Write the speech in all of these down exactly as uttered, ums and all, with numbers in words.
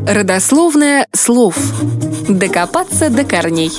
Родословная слов. Докопаться до корней.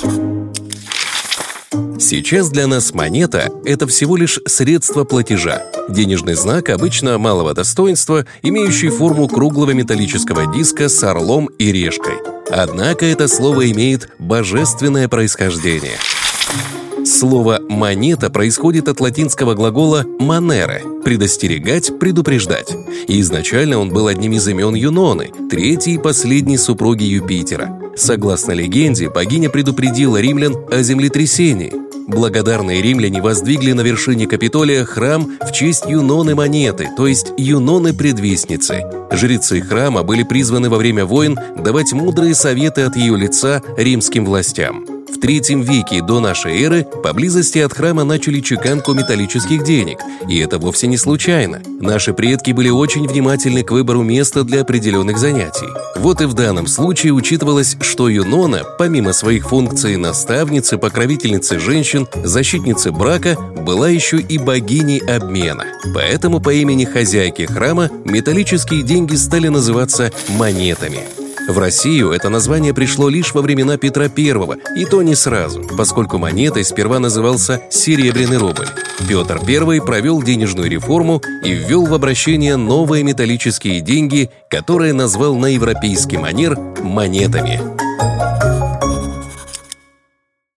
Сейчас для нас монета – это всего лишь средство платежа. Денежный знак обычно малого достоинства, имеющий форму круглого металлического диска с орлом и решкой. Однако это слово имеет божественное происхождение. Слово «монета» происходит от латинского глагола «monere» – «предостерегать», «предупреждать». И изначально он был одним из имен Юноны, третьей и последней супруги Юпитера. Согласно легенде, богиня предупредила римлян о землетрясении. Благодарные римляне воздвигли на вершине Капитолия храм в честь Юноны Монеты, то есть Юноны-предвестницы. Жрецы храма были призваны во время войн давать мудрые советы от ее лица римским властям. В третьем веке до нашей эры поблизости от храма начали чеканку металлических денег, и это вовсе не случайно. Наши предки были очень внимательны к выбору места для определенных занятий. Вот и в данном случае учитывалось, что Юнона, помимо своих функций наставницы, покровительницы женщин, защитницы брака, была еще и богиней обмена. Поэтому по имени хозяйки храма металлические деньги стали называться монетами. В Россию это название пришло лишь во времена Петра Первого, и то не сразу, поскольку монетой сперва назывался серебряный рубль. Петр Первый провел денежную реформу и ввел в обращение новые металлические деньги, которые назвал на европейский манер монетами.